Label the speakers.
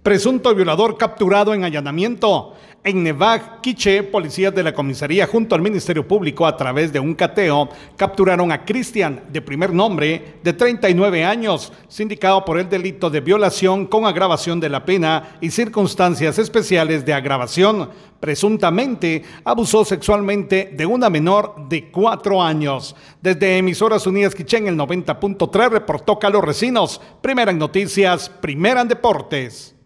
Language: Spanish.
Speaker 1: Presunto violador capturado en allanamiento. En Nevaj, Quiché, policías de la comisaría junto al Ministerio Público a través de un cateo capturaron a Cristian, de primer nombre, de 39 años, sindicado por el delito de violación con agravación de la pena y circunstancias especiales de agravación. Presuntamente abusó sexualmente de una menor de 4 años. Desde Emisoras Unidas Quiché en el 90.3 reportó Carlos Recinos. Primera en noticias, primera en deportes.